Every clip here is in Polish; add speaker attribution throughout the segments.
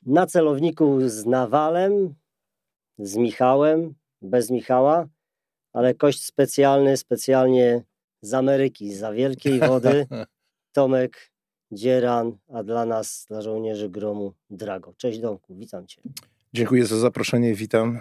Speaker 1: Na celowniku z Nawalem, z Michałem, bez Michała, ale gość specjalnie z Ameryki, za wielkiej wody, Tomek Dzieran, a dla nas, dla żołnierzy gromu, Drago. Cześć Domku, witam Cię.
Speaker 2: Dziękuję za zaproszenie, witam.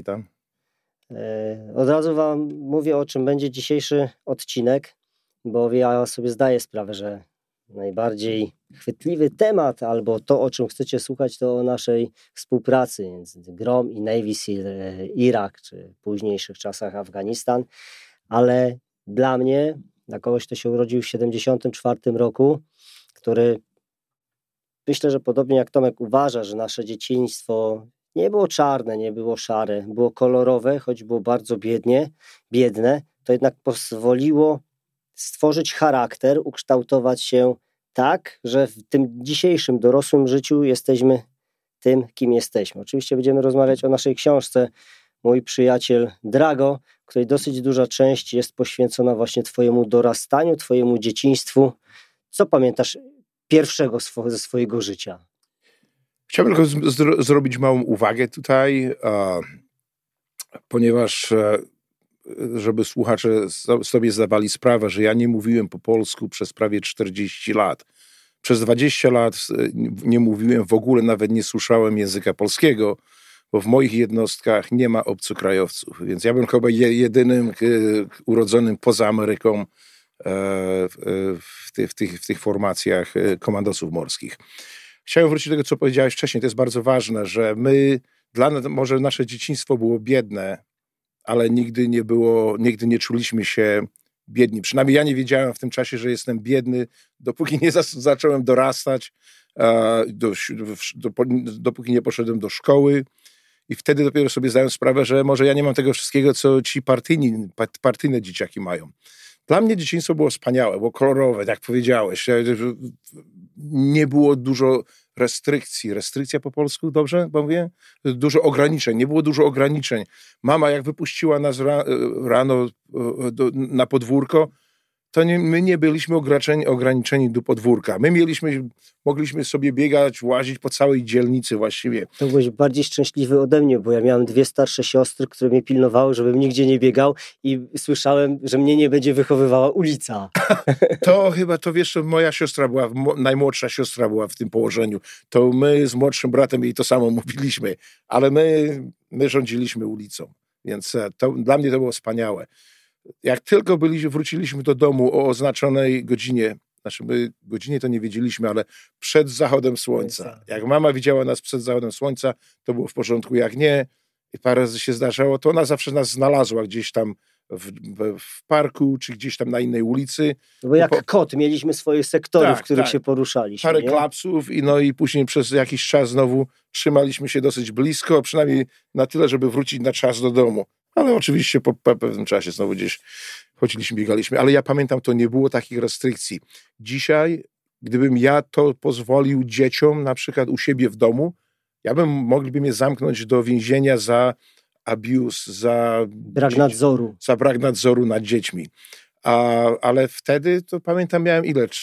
Speaker 1: Od razu Wam mówię, o czym będzie dzisiejszy odcinek, bo ja sobie zdaję sprawę, że najbardziej chwytliwy temat, albo to, o czym chcecie słuchać, to o naszej współpracy między GROM i Navy Seal Irak, czy w późniejszych czasach Afganistan, ale dla mnie, dla kogoś, kto się urodził w 1974 roku, który myślę, że podobnie jak Tomek uważa, że nasze dzieciństwo nie było czarne, nie było szare, było kolorowe, choć było bardzo biedne, to jednak pozwoliło stworzyć charakter, ukształtować się tak, że w tym dzisiejszym dorosłym życiu jesteśmy tym, kim jesteśmy. Oczywiście będziemy rozmawiać o naszej książce Mój przyjaciel Drago, której dosyć duża część jest poświęcona właśnie Twojemu dorastaniu, Twojemu dzieciństwu. Co pamiętasz pierwszego ze swojego życia?
Speaker 2: Chciałbym tylko zrobić małą uwagę tutaj, ponieważ żeby słuchacze sobie zdawali sprawę, że ja nie mówiłem po polsku przez prawie 40 lat. Przez 20 lat nie mówiłem w ogóle, nawet nie słyszałem języka polskiego, bo w moich jednostkach nie ma obcokrajowców. Więc ja bym chyba jedynym urodzonym poza Ameryką w tych formacjach komandosów morskich. Chciałem wrócić do tego, co powiedziałeś wcześniej. To jest bardzo ważne, że może nasze dzieciństwo było biedne, ale nigdy nie czuliśmy się biedni. Przynajmniej ja nie wiedziałem w tym czasie, że jestem biedny, dopóki nie zacząłem dorastać, dopóki nie poszedłem do szkoły. I wtedy dopiero sobie zdałem sprawę, że może ja nie mam tego wszystkiego, co ci partyjne dzieciaki mają. Dla mnie dzieciństwo było wspaniałe, było kolorowe, jak powiedziałeś. Nie było dużo restrykcji. Restrykcja po polsku, dobrze mówię? Dużo ograniczeń. Nie było dużo ograniczeń. Mama jak wypuściła nas rano na podwórko, to my nie byliśmy ograniczeni do podwórka. Mogliśmy sobie biegać, łazić po całej dzielnicy właściwie.
Speaker 1: To byłeś bardziej szczęśliwy ode mnie, bo ja miałem 2 starsze siostry, które mnie pilnowały, żebym nigdzie nie biegał i słyszałem, że mnie nie będzie wychowywała ulica.
Speaker 2: To wiesz, moja siostra najmłodsza siostra była w tym położeniu. To my z młodszym bratem jej to samo mówiliśmy, ale my rządziliśmy ulicą. Więc dla mnie to było wspaniałe. Jak tylko wróciliśmy do domu o oznaczonej godzinie, my godzinie to nie wiedzieliśmy, ale przed zachodem słońca. Jak mama widziała nas przed zachodem słońca, to było w porządku. Jak nie, i parę razy się zdarzało, to ona zawsze nas znalazła gdzieś tam w parku, czy gdzieś tam na innej ulicy.
Speaker 1: Bo jak kot, mieliśmy swoje sektory, w których się poruszaliśmy.
Speaker 2: Parę klapsów i później przez jakiś czas znowu trzymaliśmy się dosyć blisko, przynajmniej na tyle, żeby wrócić na czas do domu. Ale oczywiście po pewnym czasie znowu gdzieś chodziliśmy, biegaliśmy. Ale ja pamiętam, to nie było takich restrykcji. Dzisiaj, gdybym ja to pozwolił dzieciom, na przykład u siebie w domu, mogliby mnie zamknąć do więzienia za abuse, za brak nadzoru nad dziećmi. Ale wtedy, to pamiętam, miałem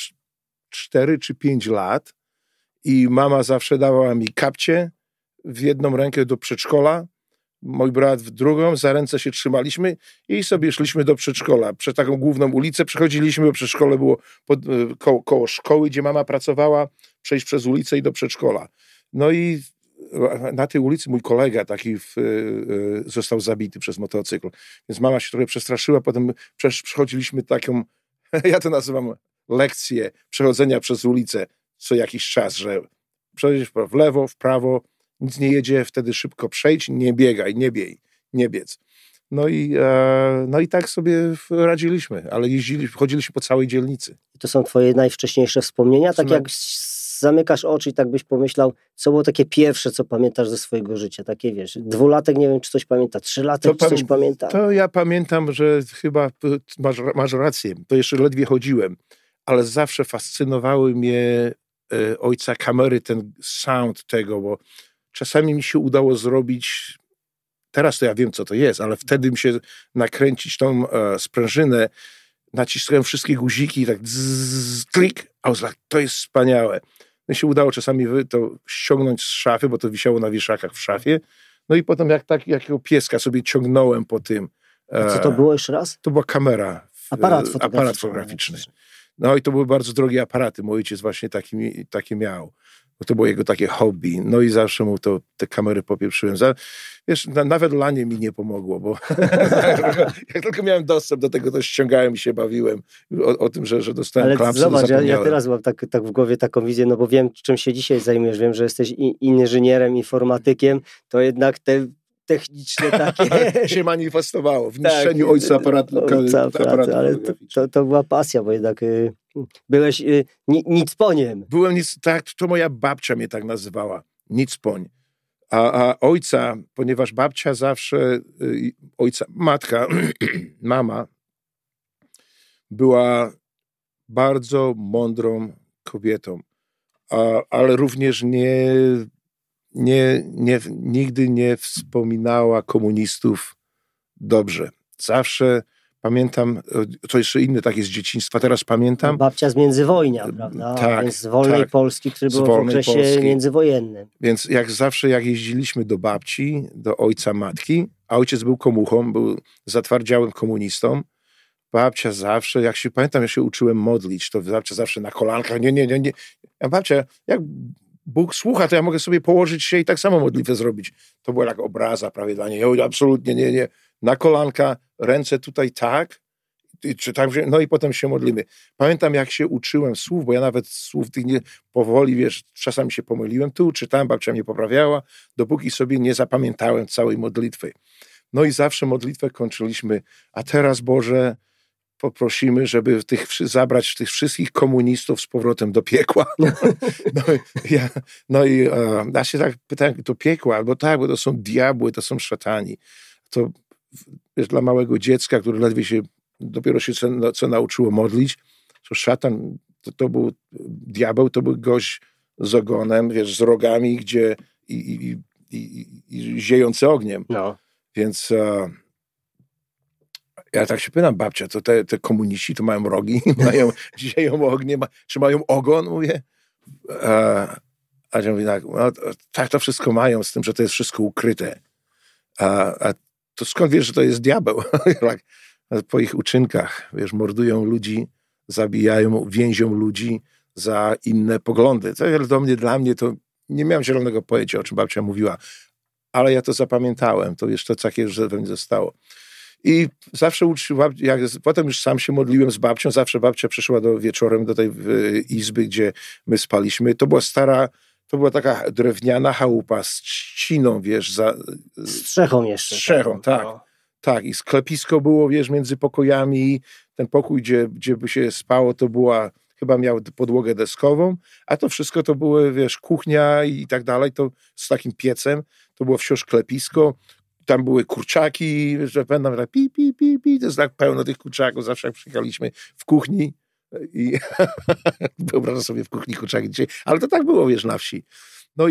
Speaker 2: 4 czy 5 lat i mama zawsze dawała mi kapcie w jedną rękę do przedszkola, mój brat w drugą, za ręce się trzymaliśmy i sobie szliśmy do przedszkola. Przez taką główną ulicę przechodziliśmy, bo przedszkole było koło szkoły, gdzie mama pracowała, przejść przez ulicę i do przedszkola. No i na tej ulicy mój kolega taki został zabity przez motocykl. Więc mama się trochę przestraszyła, potem przechodziliśmy taką, ja to nazywam lekcję przechodzenia przez ulicę co jakiś czas, że przejdziesz w lewo, w prawo, nic nie jedzie, wtedy szybko przejdź, nie biegaj, nie biec. No i tak sobie radziliśmy, ale chodziliśmy po całej dzielnicy.
Speaker 1: I to są twoje najwcześniejsze wspomnienia? Tak jak zamykasz oczy i tak byś pomyślał, co było takie pierwsze, co pamiętasz ze swojego życia? Takie, wiesz, 2-latek, nie wiem, czy coś pamięta, 3-latek, czy coś pamięta?
Speaker 2: To ja pamiętam, że chyba masz rację, to jeszcze ledwie chodziłem, ale zawsze fascynowały mnie ojca kamery, ten sound tego, bo czasami mi się udało zrobić, teraz to ja wiem, co to jest, ale wtedy mi się nakręcić tą sprężynę, naciskałem wszystkie guziki i tak klik, a to jest wspaniałe. No i się udało czasami to ściągnąć z szafy, bo to wisiało na wieszakach w szafie. No i potem jakiego pieska sobie ciągnąłem po tym.
Speaker 1: A co to było jeszcze raz?
Speaker 2: To była kamera.
Speaker 1: Aparat
Speaker 2: fotograficzny. No i to były bardzo drogie aparaty. Mój ojciec właśnie takie miał. Bo to było jego takie hobby. No i zawsze mu te kamery popieprzyłem. Wiesz, nawet lanie mi nie pomogło, bo jak tylko miałem dostęp do tego, to ściągałem i się bawiłem o tym, że dostałem klapsy.
Speaker 1: Ale zobacz, ja teraz mam tak w głowie taką wizję, no bo wiem, czym się dzisiaj zajmujesz. Wiem, że jesteś inżynierem, informatykiem. To jednak te techniczne takie...
Speaker 2: się manifestowało w niszczeniu ojca aparatu.
Speaker 1: Ale to była pasja, bo jednak byłeś nicponiem.
Speaker 2: Byłem to moja babcia mnie tak nazywała, nicpoń. A ojca, ponieważ babcia zawsze, matka, mama, była bardzo mądrą kobietą, ale również nigdy nie wspominała komunistów dobrze. Zawsze pamiętam, to jeszcze inne takie z dzieciństwa, teraz pamiętam.
Speaker 1: Babcia z międzywojnia, prawda?
Speaker 2: Tak.
Speaker 1: Więc z wolnej Polski, który był w okresie międzywojennym.
Speaker 2: Więc jak jeździliśmy do babci, do ojca matki, a ojciec był komuchą, był zatwardziałym komunistą, babcia zawsze, jak się uczyłem modlić, to babcia zawsze na kolankach, nie. A babcia, jak Bóg słucha, to ja mogę sobie położyć się i tak samo modlitwę zrobić. To była jak obraza prawie dla niej. Absolutnie nie. Na kolanka, ręce tutaj tak, no i potem się modlimy. Pamiętam, jak się uczyłem słów, bo ja nawet słów tych powoli, wiesz, czasami się pomyliłem tu, czytałem, babcia mnie poprawiała, dopóki sobie nie zapamiętałem całej modlitwy. No i zawsze modlitwę kończyliśmy, a teraz Boże, poprosimy, żeby zabrać tych wszystkich komunistów z powrotem do piekła. Ja się tak pytałem, do piekła, albo tak, bo to są diabły, to są szatani. To wiesz, dla małego dziecka, które ledwie się dopiero się co nauczyło modlić, to szatan, to był diabeł, to był gość z ogonem, wiesz, z rogami, gdzie i ziejący ogniem.
Speaker 1: No.
Speaker 2: Więc ja tak się pytam, babcia, to te komuniści to mają rogi, zieją ogniem, czy mają ogon? Mówię. A ja mówię tak, no, tak to wszystko mają, z tym, że to jest wszystko ukryte. A to skąd wiesz, że to jest diabeł? Po ich uczynkach, wiesz, mordują ludzi, zabijają, więzią ludzi za inne poglądy. Dla mnie to nie miałem zielonego pojęcia, o czym babcia mówiła, ale ja to zapamiętałem, to jeszcze takie, że we mnie zostało. I zawsze potem już sam się modliłem z babcią, zawsze babcia przyszła wieczorem do tej izby, gdzie my spaliśmy. To była taka drewniana chałupa z trzciną, wiesz.
Speaker 1: Z strzechą jeszcze.
Speaker 2: Strzechą, tak. No. Tak, i sklepisko było, wiesz, między pokojami. Ten pokój, gdzie by się spało, to chyba miał podłogę deskową, a to wszystko to były, wiesz, kuchnia i tak dalej, to z takim piecem. To było wciąż sklepisko. Tam były kurczaki, że będą tak pi, to jest tak pełno tych kurczaków, zawsze jak przyjechaliśmy w kuchni i wyobrażam sobie w kuchni kurczaki dzisiaj, ale to tak było, wiesz, na wsi. No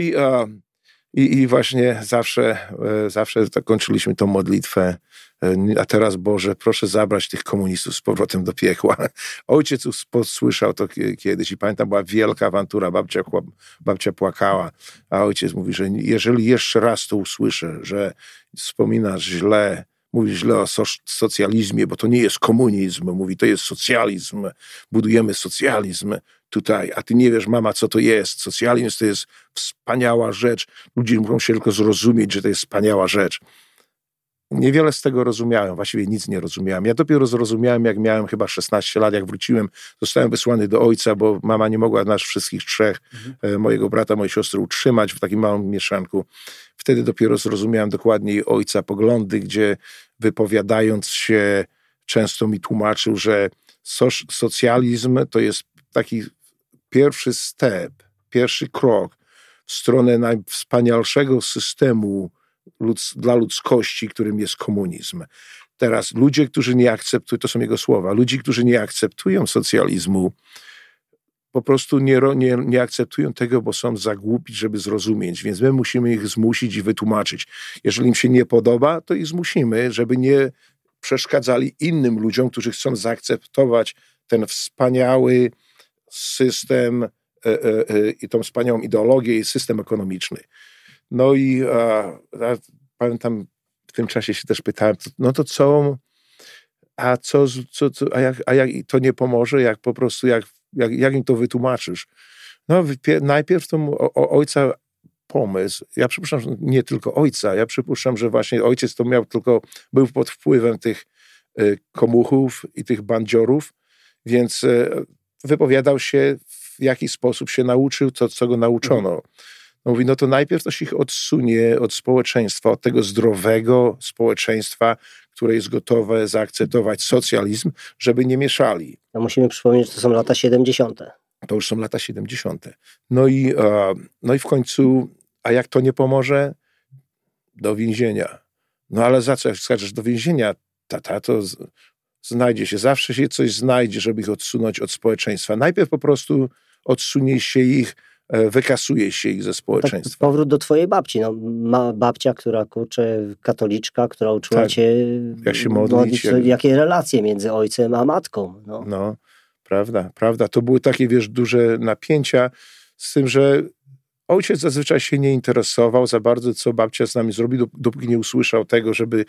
Speaker 2: i właśnie zawsze tak kończyliśmy tą modlitwę, a teraz Boże, proszę zabrać tych komunistów z powrotem do piekła. Ojciec słyszał to kiedyś i pamiętam, była wielka awantura, babcia płakała, a ojciec mówi, że jeżeli jeszcze raz to usłyszę, że wspominasz źle, mówisz źle o socjalizmie, bo to nie jest komunizm, mówi, to jest socjalizm, budujemy socjalizm tutaj, a ty nie wiesz, mama, co to jest. Socjalizm to jest wspaniała rzecz. Ludzie muszą się tylko zrozumieć, że to jest wspaniała rzecz. Niewiele z tego rozumiałem, właściwie nic nie rozumiałem. Ja dopiero zrozumiałem, jak miałem chyba 16 lat, jak wróciłem, zostałem wysłany do ojca, bo mama nie mogła nas wszystkich trzech, mojego brata, mojej siostry, utrzymać w takim małym mieszanku. Wtedy dopiero zrozumiałem dokładniej ojca poglądy, gdzie wypowiadając się często mi tłumaczył, że socjalizm to jest taki pierwszy step, pierwszy krok w stronę najwspanialszego systemu dla ludzkości, którym jest komunizm. Teraz ludzie, którzy nie akceptują, to są jego słowa, ludzie, którzy nie akceptują socjalizmu, po prostu nie akceptują tego, bo są za głupi, żeby zrozumieć, więc my musimy ich zmusić i wytłumaczyć. Jeżeli im się nie podoba, to ich zmusimy, żeby nie przeszkadzali innym ludziom, którzy chcą zaakceptować ten wspaniały system i tą wspaniałą ideologię i system ekonomiczny. No i pamiętam, w tym czasie się też pytałem, no to co, a jak to nie pomoże, jak po prostu, jak im to wytłumaczysz? No najpierw to ojca pomysł, ja przypuszczam, że nie tylko ojca, ja przypuszczam, że właśnie ojciec to był pod wpływem tych komuchów i tych bandziorów, więc wypowiadał się, w jaki sposób się nauczył, co go nauczono. No mówi, no to najpierw to się ich odsunie od społeczeństwa, od tego zdrowego społeczeństwa, które jest gotowe zaakceptować socjalizm, żeby nie mieszali.
Speaker 1: No musimy przypomnieć, że to są lata 70.
Speaker 2: To już są lata 70. No i w końcu, a jak to nie pomoże? Do więzienia. No ale za co, jak skaczesz do więzienia, to znajdzie się, zawsze się coś znajdzie, żeby ich odsunąć od społeczeństwa. Najpierw po prostu odsunie się ich, wykasuje się ich ze społeczeństwa.
Speaker 1: Tak, powrót do twojej babci. No, babcia, która katoliczka, która uczyła cię
Speaker 2: jak się modlić.
Speaker 1: Jakie relacje między ojcem a matką.
Speaker 2: No, prawda. To były takie, duże napięcia, z tym, że ojciec zazwyczaj się nie interesował za bardzo, co babcia z nami zrobi, dopóki nie usłyszał tego, żeby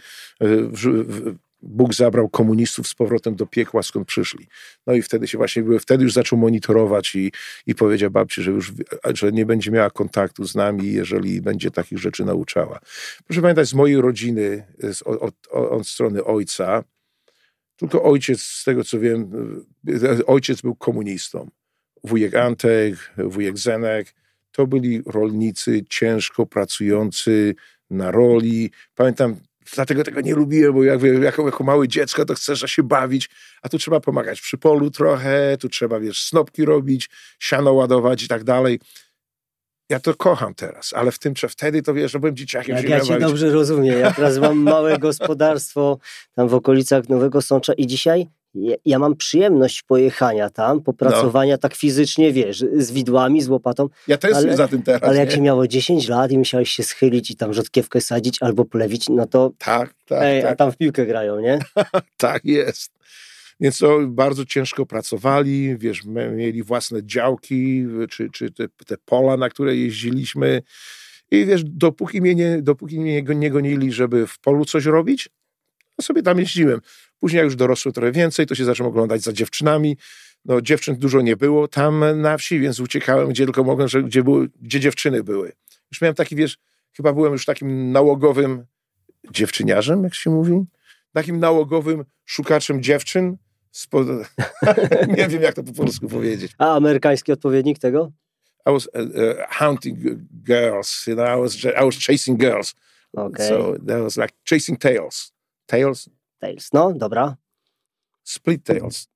Speaker 2: Bóg zabrał komunistów z powrotem do piekła, skąd przyszli. No i wtedy już zaczął monitorować i powiedział babci, że nie będzie miała kontaktu z nami, jeżeli będzie takich rzeczy nauczała. Proszę pamiętać, z mojej rodziny, od strony ojca, tylko ojciec, z tego co wiem, ojciec był komunistą. Wujek Antek, wujek Zenek, to byli rolnicy ciężko pracujący na roli. Pamiętam, dlatego tego nie lubiłem, bo jako małe dziecko to chcesz się bawić, a tu trzeba pomagać przy polu trochę, tu trzeba, snopki robić, siano ładować i tak dalej. Ja to kocham teraz, ale wtedy to byłem dzieciakiem.
Speaker 1: Ja cię dobrze rozumiem. Ja teraz mam małe gospodarstwo tam w okolicach Nowego Sącza i dzisiaj ja mam przyjemność pojechania tam, popracowania tak fizycznie, z widłami, z łopatą.
Speaker 2: Ja też jestem za tym teraz.
Speaker 1: Ale jak się miało 10 lat i musiałeś się schylić i tam rzodkiewkę sadzić albo plewić, no to
Speaker 2: tak.
Speaker 1: A tam w piłkę grają, nie?
Speaker 2: Tak jest. Więc to bardzo ciężko pracowali, mieli własne działki, czy te pola, na które jeździliśmy. I dopóki mnie nie gonili, żeby w polu coś robić, to sobie tam jeździłem. Później jak już dorosłem trochę więcej, to się zacząłem oglądać za dziewczynami. No dziewczyn dużo nie było tam na wsi, więc uciekałem gdzie tylko mogłem, gdzie dziewczyny były. Już miałem taki, chyba byłem już takim nałogowym dziewczyniarzem, jak się mówi? Takim nałogowym szukaczem dziewczyn. Nie wiem, jak to po polsku powiedzieć.
Speaker 1: A amerykański odpowiednik tego?
Speaker 2: I was hunting girls, I was chasing girls.
Speaker 1: Okay.
Speaker 2: So that was like chasing tails. Tails?
Speaker 1: Tails, no, dobra.
Speaker 2: Split tails.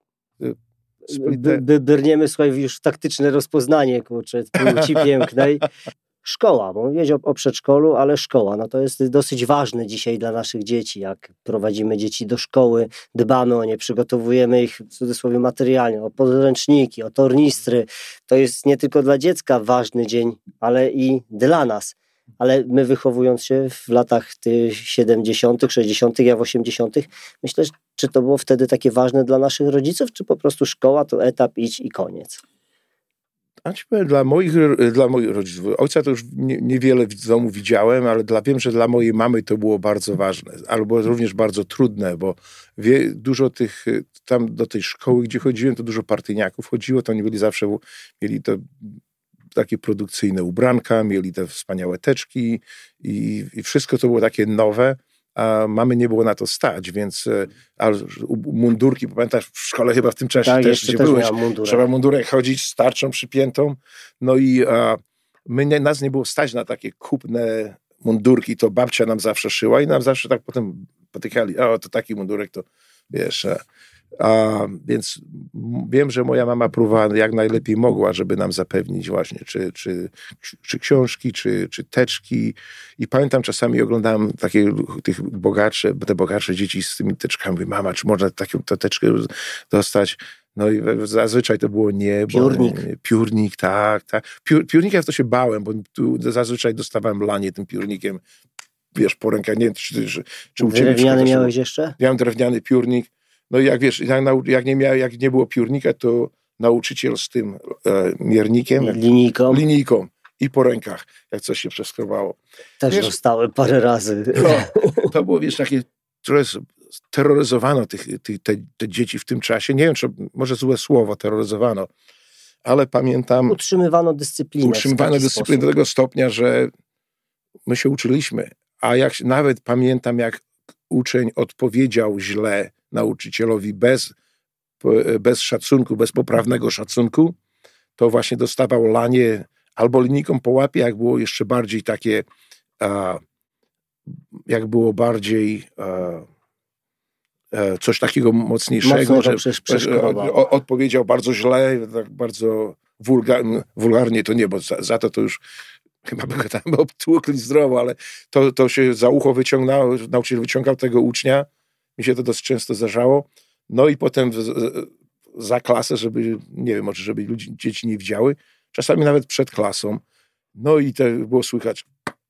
Speaker 1: Brniemy, słuchaj, już w taktyczne rozpoznanie, płci pięknej. Szkoła, bo mówiłeś o przedszkolu, ale szkoła, no to jest dosyć ważne dzisiaj dla naszych dzieci, jak prowadzimy dzieci do szkoły, dbamy o nie, przygotowujemy ich w cudzysłowie materialnie, o podręczniki, o tornistry. To jest nie tylko dla dziecka ważny dzień, ale i dla nas. Ale my wychowując się w latach 70., 60., ja w 80., myślę, czy to było wtedy takie ważne dla naszych rodziców, czy po prostu szkoła to etap, idź i koniec?
Speaker 2: Dla moich rodziców, ojca to już niewiele w domu widziałem, ale wiem, że dla mojej mamy to było bardzo ważne, albo również bardzo trudne, bo dużo tych, tam do tej szkoły, gdzie chodziłem, to dużo partyjniaków chodziło, to oni mieli to takie produkcyjne ubranka, mieli te wspaniałe teczki i wszystko to było takie nowe, a mamy nie było na to stać, więc mundurki, pamiętasz, w szkole chyba w tym czasie też, gdzie byłeś, trzeba mundurek chodzić z tarczą przypiętą, no i nas nie było stać na takie kupne mundurki, to babcia nam zawsze szyła i nam zawsze tak potem potykali, to taki mundurek, to wiesz... Więc wiem, że moja mama próbowała jak najlepiej mogła, żeby nam zapewnić właśnie czy książki, czy teczki. I pamiętam, czasami oglądałem te bogatsze dzieci z tymi teczkami. Mówię, mama, czy można tę teczkę dostać? No i zazwyczaj to było nie. Piórnik, tak. Piórnika to się bałem, bo tu zazwyczaj dostawałem lanie tym piórnikiem. Po rękach, nie wiem, czy u ciebie...
Speaker 1: Drewniany miałeś jeszcze?
Speaker 2: Miałem drewniany piórnik. No i jak wiesz, jak nie było piórnika, to nauczyciel z tym miernikiem, linijką i po rękach, jak coś się przeskrobało.
Speaker 1: Też dostałem parę razy.
Speaker 2: To było, takie, trochę terroryzowano te dzieci w tym czasie. Nie wiem, czy może złe słowo, terroryzowano, ale pamiętam...
Speaker 1: Utrzymywano dyscyplinę
Speaker 2: do tego stopnia, że my się uczyliśmy. A nawet pamiętam, jak uczeń odpowiedział źle nauczycielowi bez szacunku, bez poprawnego szacunku, to właśnie dostawał lanie albo linijką po łapie, jak było jeszcze bardziej takie, jak było bardziej coś takiego mocniejszego, że odpowiedział bardzo źle, tak bardzo wulgarnie to nie, bo za to już chyba by go tam obtłukli zdrowo, ale to się za ucho wyciągnęło, nauczyciel wyciągał tego ucznia, mi się to dosyć często zdarzało, no i potem za klasę, żeby, nie wiem, może żeby dzieci nie widziały, czasami nawet przed klasą, no i to było słychać.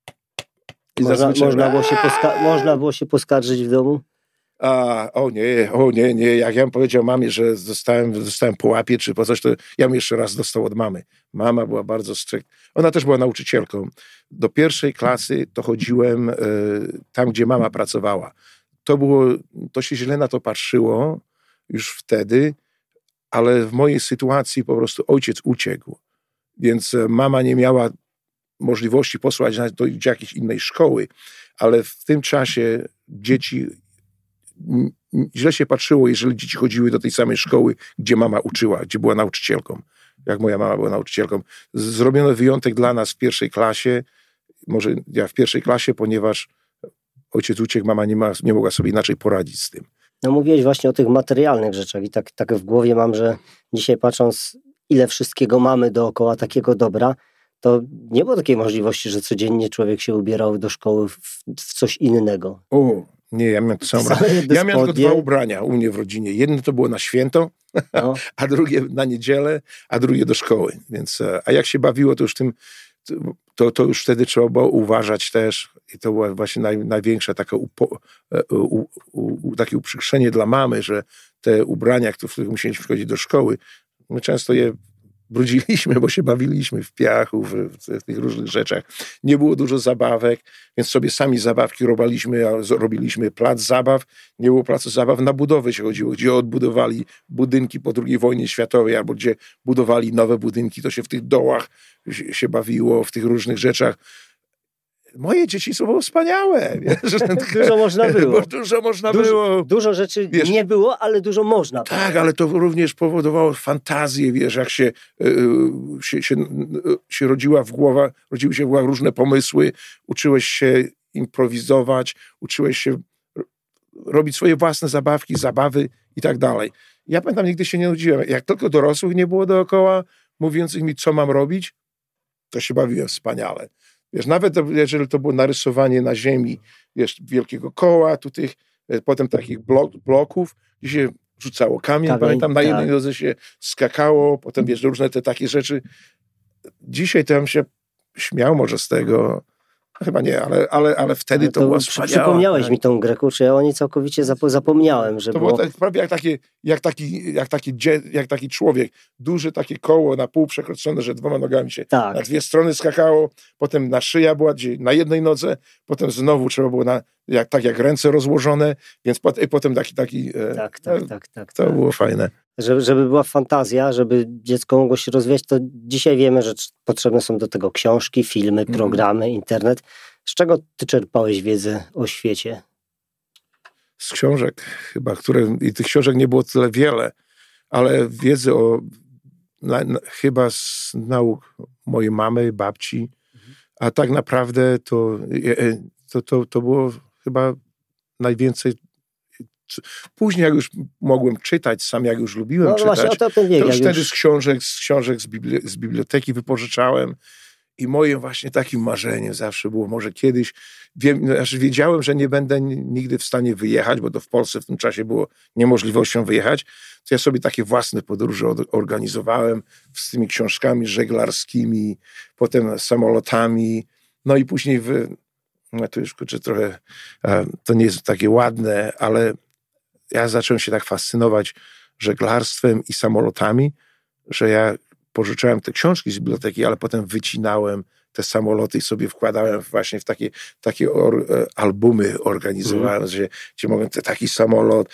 Speaker 1: Można było się poskarżyć w domu?
Speaker 2: O nie, jak ja bym powiedział mamie, że dostałem po łapie czy po coś, to ja bym jeszcze raz dostał od mamy. Mama była bardzo striktna. Ona też była nauczycielką. Do pierwszej klasy to chodziłem tam, gdzie mama pracowała. To się źle na to patrzyło już wtedy, ale w mojej sytuacji po prostu ojciec uciekł. Więc mama nie miała możliwości posłać do jakiejś innej szkoły, ale w tym czasie dzieci źle się patrzyło, jeżeli dzieci chodziły do tej samej szkoły, gdzie mama uczyła, gdzie była nauczycielką. Jak moja mama była nauczycielką. Zrobiono wyjątek dla nas w pierwszej klasie. Może ja w pierwszej klasie, ponieważ ojciec uciekł, mama nie mogła sobie inaczej poradzić z tym.
Speaker 1: No mówiłeś właśnie o tych materialnych rzeczach i tak w głowie mam, że dzisiaj patrząc, ile wszystkiego mamy dookoła takiego dobra, to nie było takiej możliwości, że codziennie człowiek się ubierał do szkoły w coś innego.
Speaker 2: Nie, ja miałem to samo. Ja miałem tylko 2 ubrania u mnie w rodzinie. Jedno to było na święto, a drugie na niedzielę, a drugie do szkoły. Więc, a jak się bawiło, to już to już wtedy trzeba było uważać też. I to była właśnie największa takie uprzykrzenie dla mamy, że te ubrania, w których musieliśmy wchodzić do szkoły, my często je brudziliśmy, bo się bawiliśmy w piachu, w tych różnych rzeczach. Nie było dużo zabawek, więc sobie sami zabawki robiliśmy plac zabaw. Nie było placu zabaw, na budowę się chodziło, gdzie odbudowali budynki po II wojnie światowej, albo gdzie budowali nowe budynki, to się w tych dołach się bawiło, w tych różnych rzeczach. Moje dzieciństwo było wspaniałe. Wiesz,
Speaker 1: dużo można było. Dużo rzeczy nie było, ale dużo można było.
Speaker 2: Tak, ale to również powodowało fantazję, wiesz, jak się rodziły się w głowach różne pomysły, uczyłeś się improwizować, uczyłeś się robić swoje własne zabawki, zabawy i tak dalej. Ja pamiętam, nigdy się nie nudziłem. Jak tylko dorosłych nie było dookoła, mówiących mi, co mam robić, to się bawiłem wspaniale. Wiesz, nawet jeżeli to było narysowanie na ziemi, wiesz, wielkiego koła, potem takich bloków, gdzie się rzucało kamień, pamiętam, na jednej nodze się skakało, potem wiesz, różne te takie rzeczy. Dzisiaj to ja bym się śmiał może z tego, chyba nie, ale wtedy to było wspaniałe.
Speaker 1: Przypomniałeś mi tą grę, kurczę, ja o niej całkowicie zapomniałem, że
Speaker 2: to było prawie jak taki człowiek, duże takie koło na pół przekroczone, że 2 nogami się na 2 strony skakało, potem szyja była na jednej nodze, potem znowu trzeba było jak ręce rozłożone, więc potem taki to było fajne.
Speaker 1: Żeby była fantazja, żeby dziecko mogło się rozwijać, to dzisiaj wiemy, że potrzebne są do tego książki, filmy, programy, internet. Z czego ty czerpałeś wiedzę o świecie?
Speaker 2: Z książek chyba, i tych książek nie było tyle wiele, ale wiedzy chyba z nauk mojej mamy, babci, a tak naprawdę to było chyba najwięcej. Później, jak już mogłem czytać sam, jak już lubiłem czytać, to już wtedy z książek z biblioteki wypożyczałem. I moim właśnie takim marzeniem zawsze było, może kiedyś, wiedziałem, że nie będę nigdy w stanie wyjechać, bo to w Polsce w tym czasie było niemożliwością wyjechać, to ja sobie takie własne podróże organizowałem z tymi książkami żeglarskimi, potem samolotami, no i później to już trochę, to nie jest takie ładne, ale ja zacząłem się tak fascynować żeglarstwem i samolotami, że ja pożyczałem te książki z biblioteki, ale potem wycinałem te samoloty i sobie wkładałem właśnie w takie albumy organizowałem, gdzie mogłem taki samolot,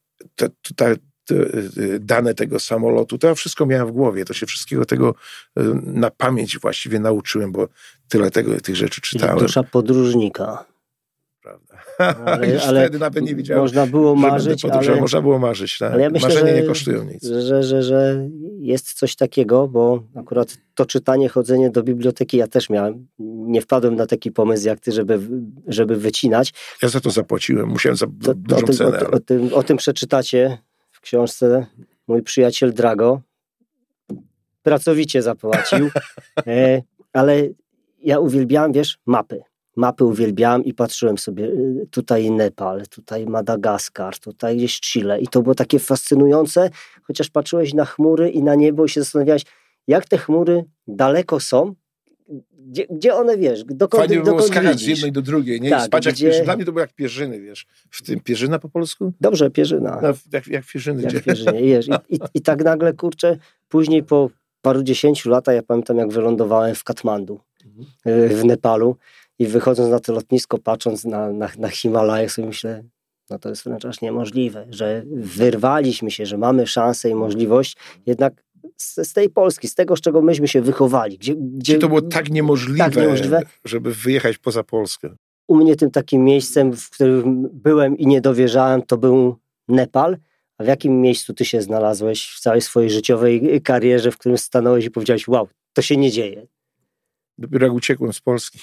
Speaker 2: dane tego samolotu, to ja wszystko miałem w głowie, to się wszystkiego tego na pamięć właściwie nauczyłem, bo tyle tych rzeczy czytałem.
Speaker 1: Dusza podróżnika.
Speaker 2: Prawda. Ale wtedy nawet nie wiedziałem,
Speaker 1: można było marzyć,
Speaker 2: można było marzyć, tak?
Speaker 1: Ale ja myślę,
Speaker 2: marzenia nie kosztują nic.
Speaker 1: Że jest coś takiego, bo akurat to czytanie, chodzenie do biblioteki ja też miałem. Nie wpadłem na taki pomysł jak ty, żeby wycinać.
Speaker 2: Ja za to zapłaciłem, musiałem za dużą cenę.
Speaker 1: O tym przeczytacie w książce. Mój przyjaciel Drago pracowicie zapłacił, ale ja uwielbiałem, mapy. Mapy uwielbiałem i patrzyłem sobie, tutaj Nepal, tutaj Madagaskar, tutaj gdzieś Chile i to było takie fascynujące, chociaż patrzyłeś na chmury i na niebo i się zastanawiałeś, jak te chmury daleko są, gdzie one, dokąd
Speaker 2: fajnie było skakać z
Speaker 1: widzisz?
Speaker 2: jednej do drugiej, nie?
Speaker 1: Tak,
Speaker 2: spać jak pierzyny. Dla mnie to było jak pierzyny, w tym pierzyna po polsku?
Speaker 1: Dobrze, pierzyna.
Speaker 2: No, jak pierzyny.
Speaker 1: Jak pierzynie, I tak nagle, kurczę, później po parudziesięciu latach, ja pamiętam jak wylądowałem w Katmandu, w Nepalu, i wychodząc na to lotnisko, patrząc na Himalaje, sobie myślę, no to jest wręcz aż niemożliwe, że wyrwaliśmy się, że mamy szansę i możliwość jednak z tej Polski, z tego, z czego myśmy się wychowali. Gdzie
Speaker 2: to było tak niemożliwe, żeby wyjechać poza Polskę.
Speaker 1: U mnie tym takim miejscem, w którym byłem i nie dowierzałem, to był Nepal. A w jakim miejscu ty się znalazłeś w całej swojej życiowej karierze, w którym stanąłeś i powiedziałeś, wow, to się nie dzieje?
Speaker 2: Dopiero jak uciekłem z Polski.